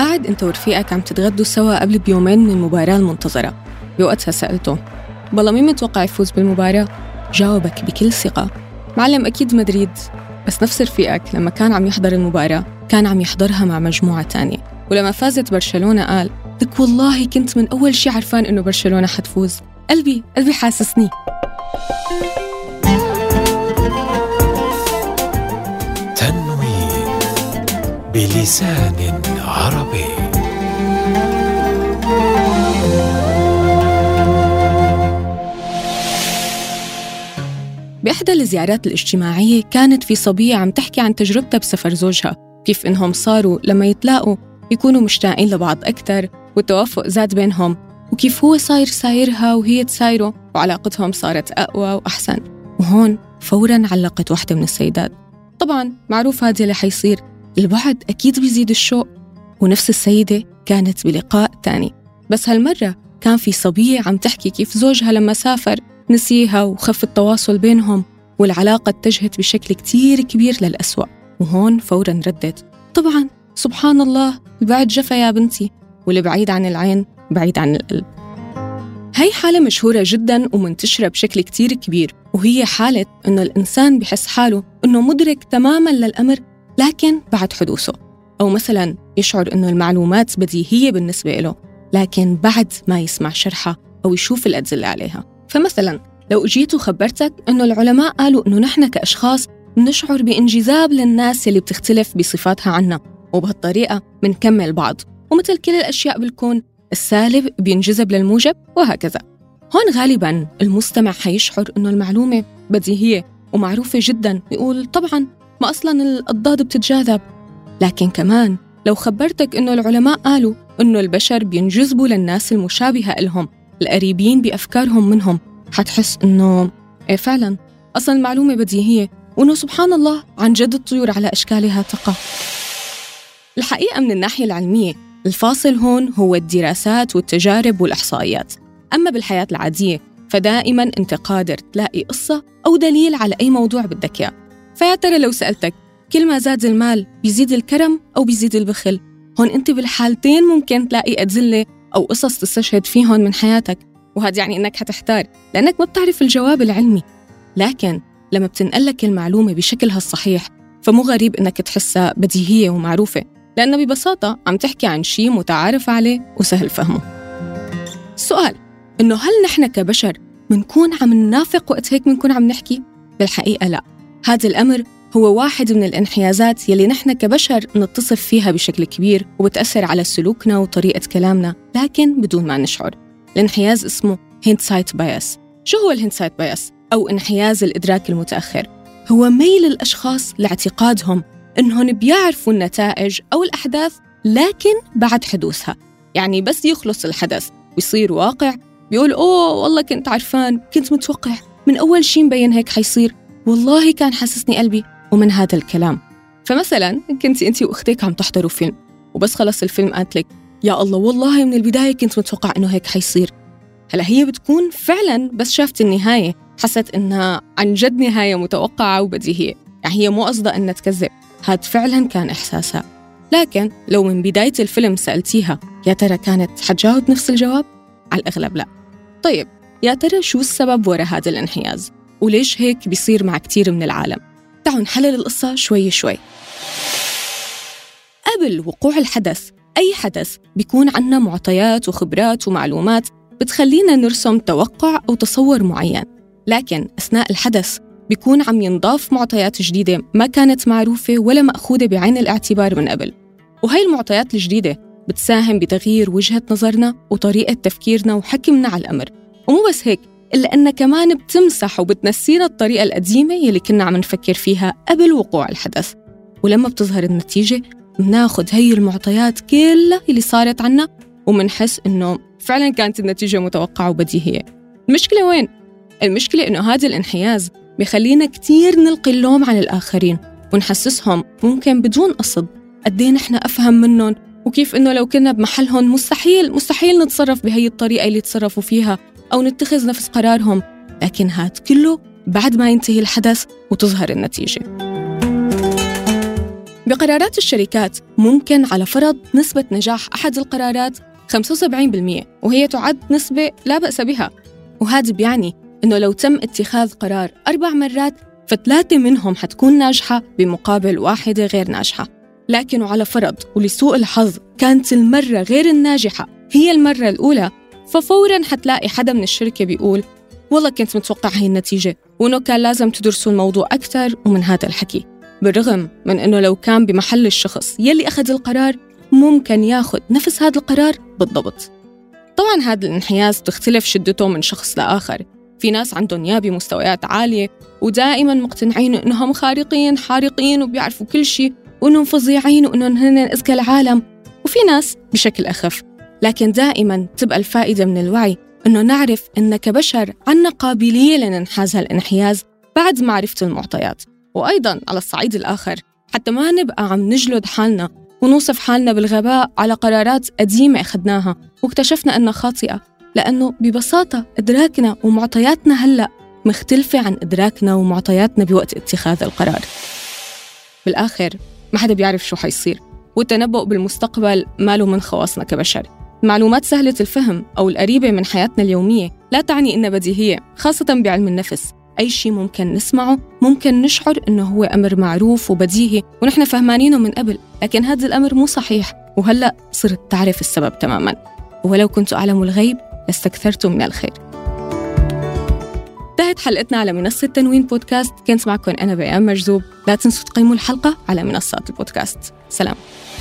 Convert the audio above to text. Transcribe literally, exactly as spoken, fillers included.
قاعد أنت ورفيقك عم تتغدوا سوا قبل بيومين من المباراة المنتظرة. بوقتها سألته بالله مين متوقع يفوز بالمباراة؟ جاوبك بكل ثقة معلم أكيد مدريد. بس نفس رفيقك لما كان عم يحضر المباراة كان عم يحضرها مع مجموعة تانية، ولما فازت برشلونة قال لك والله كنت من أول شي عرفان إنه برشلونة حتفوز. قلبي قلبي حاسسني. تنوين بلسان عربي. بإحدى الزيارات الاجتماعية كانت في صبية عم تحكي عن تجربتها بسفر زوجها، كيف إنهم صاروا لما يتلاقوا يكونوا مشتاقين لبعض أكتر والتوافق زاد بينهم، وكيف هو صاير سايرها وهي تسايره وعلاقتهم صارت أقوى وأحسن. وهون فوراً علقت واحدة من السيدات طبعاً معروف هذا اللي حيصير، البعد أكيد بيزيد الشوق. ونفس السيدة كانت بلقاء تاني، بس هالمرة كان في صبية عم تحكي كيف زوجها لما سافر نسيها وخف التواصل بينهم والعلاقة اتجهت بشكل كتير كبير للأسوأ. وهون فوراً ردت طبعاً سبحان الله البعد جفا يا بنتي، واللي بعيد عن العين بعيد عن القلب. هاي حالة مشهورة جداً ومنتشرة بشكل كتير كبير، وهي حالة إنه الإنسان بحس حاله إنه مدرك تماماً للأمر لكن بعد حدوثه، أو مثلاً يشعر إنه المعلومات بديهية بالنسبة له لكن بعد ما يسمع شرحها أو يشوف الأدلة عليها. فمثلاً لو أجيت وخبرتك إنه العلماء قالوا إنه نحن كأشخاص نشعر بانجذاب للناس اللي بتختلف بصفاتها عنا، وبهالطريقة منكمل بعض، ومثل كل الأشياء بالكون السالب بينجذب للموجب وهكذا. هون غالباً المستمع حيشعر إنه المعلومة بديهية ومعروفة جداً، يقول طبعاً ما أصلاً الأضداد بتتجاذب. لكن كمان لو خبرتك إنه العلماء قالوا إنه البشر بينجذبوا للناس المشابهة لهم القريبين بأفكارهم منهم، حتحس إنه إيه فعلاً أصلاً المعلومة بديهية، وإنه سبحان الله عن جد الطيور على أشكالها تقع. الحقيقة من الناحية العلمية الفاصل هون هو الدراسات والتجارب والإحصائيات. أما بالحياة العادية فدائماً أنت قادر تلاقي قصة أو دليل على أي موضوع بدك إياه. فيا ترى لو سألتك كل ما زاد المال بيزيد الكرم أو بيزيد البخل، هون أنت بالحالتين ممكن تلاقي أدلة أو قصص تستشهد فيهن من حياتك، وهذا يعني إنك هتحتار لأنك ما بتعرف الجواب العلمي. لكن لما بتنقلك المعلومة بشكلها الصحيح فمو غريب إنك تحسها بديهية ومعروفة، لأنه ببساطة عم تحكي عن شيء متعارف عليه وسهل فهمه. السؤال إنه هل نحن كبشر منكون عم ننافق وقت هيك منكون عم نحكي؟ بالحقيقة لا، هذا الأمر هو واحد من الانحيازات يلي نحن كبشر نتصف فيها بشكل كبير وبتأثر على سلوكنا وطريقة كلامنا لكن بدون ما نشعر. الانحياز اسمه hindsight bias. شو هو الهندسايت بايس أو انحياز الإدراك المتأخر؟ هو ميل الأشخاص لاعتقادهم إنهم بيعرفوا النتائج أو الأحداث لكن بعد حدوثها. يعني بس يخلص الحدث ويصير واقع بيقول أوه والله كنت عرفان، كنت متوقع من أول شيء مبين هيك حيصير، والله كان حسسني قلبي، ومن هذا الكلام. فمثلا كنت أنت وأختك عم تحضروا فيلم وبس خلص الفيلم قالت لك يا الله والله من البداية كنت متوقع إنه هيك حيصير. هلا هي بتكون فعلا بس شافت النهاية حست إنها عن جد نهاية متوقعة وبديهية، يعني هي مو قصدها إنها تكذب، هاد فعلا كان إحساسها. لكن لو من بداية الفيلم سألتيها يا ترى كانت حتجاوب نفس الجواب؟ على الأغلب لا. طيب يا ترى شو السبب وراء هذا الانحياز؟ وليش هيك بيصير مع كتير من العالم؟ تعالوا نحلل القصة شوي شوي. قبل وقوع الحدث، أي حدث بيكون عنا معطيات وخبرات ومعلومات بتخلينا نرسم توقع أو تصور معين، لكن أثناء الحدث بيكون عم ينضاف معطيات جديدة ما كانت معروفة ولا مأخوذة بعين الاعتبار من قبل، وهي المعطيات الجديدة بتساهم بتغيير وجهة نظرنا وطريقة تفكيرنا وحكمنا على الأمر. ومو بس هيك، إلا أنها كمان بتمسح وبتنسينا الطريقة القديمة يلي كنا عم نفكر فيها قبل وقوع الحدث. ولما بتظهر النتيجة بناخد هي المعطيات كلها اللي صارت عنا ومنحس إنه فعلاً كانت النتيجة متوقعة وبديهية. المشكلة وين؟ المشكلة إنه هذا الانحياز بيخلينا كتير نلقي اللوم على الآخرين ونحسسهم ممكن بدون قصد قديه نحن أفهم منهم، وكيف إنه لو كنا بمحلهم مستحيل مستحيل نتصرف بهي الطريقة اللي تصرفوا فيها أو نتخذ نفس قرارهم. لكن هاد كله بعد ما ينتهي الحدث وتظهر النتيجة. بقرارات الشركات ممكن على فرض نسبة نجاح أحد القرارات خمسة وسبعين بالمئة، وهي تعد نسبة لا بأس بها، وهذا بيعني إنه لو تم اتخاذ قرار أربع مرات فثلاثة منهم حتكون ناجحة بمقابل واحدة غير ناجحة. لكن على فرض ولسوء الحظ كانت المرة غير الناجحة هي المرة الأولى، ففوراً حتلاقي حدا من الشركة بيقول والله كنت متوقع هاي النتيجة وإنه كان لازم تدرسوا الموضوع أكثر ومن هذا الحكي، بالرغم من إنه لو كان بمحل الشخص يلي أخذ القرار ممكن ياخد نفس هذا القرار بالضبط. طبعاً هذا الانحياز تختلف شدته من شخص لآخر. في ناس عندهم يا بمستويات عالية ودائماً مقتنعين إنهم خارقين حارقين وبيعرفوا كل شيء وإنهم فظيعين وإنهم هن أذكى العالم، وفي ناس بشكل أخف. لكن دائماً تبقى الفائدة من الوعي إنه نعرف إن كبشر عنا قابلية لننحاز هالانحياز بعد معرفة المعطيات. وأيضاً على الصعيد الآخر، حتى ما نبقى عم نجلد حالنا ونوصف حالنا بالغباء على قرارات قديمة أخذناها واكتشفنا أنها خاطئة، لأنه ببساطة إدراكنا ومعطياتنا هلأ مختلفة عن إدراكنا ومعطياتنا بوقت اتخاذ القرار. بالآخر ما حدا بيعرف شو حيصير، والتنبؤ بالمستقبل ماله من خواصنا كبشر. معلومات سهلة الفهم أو القريبة من حياتنا اليومية لا تعني إنها بديهية، خاصة بعلم النفس. أي شيء ممكن نسمعه ممكن نشعر إنه هو أمر معروف وبديهي ونحن فهمانينه من قبل، لكن هذا الأمر مو صحيح، وهلأ صرت تعرف السبب تماماً. ولو كنت أعلم الغيب لاستكثرت من الخير. انتهت حلقتنا على منصة تنوين بودكاست. كنت معكم أنا بيان مرزوب. لا تنسوا تقيموا الحلقة على منصات البودكاست. سلام.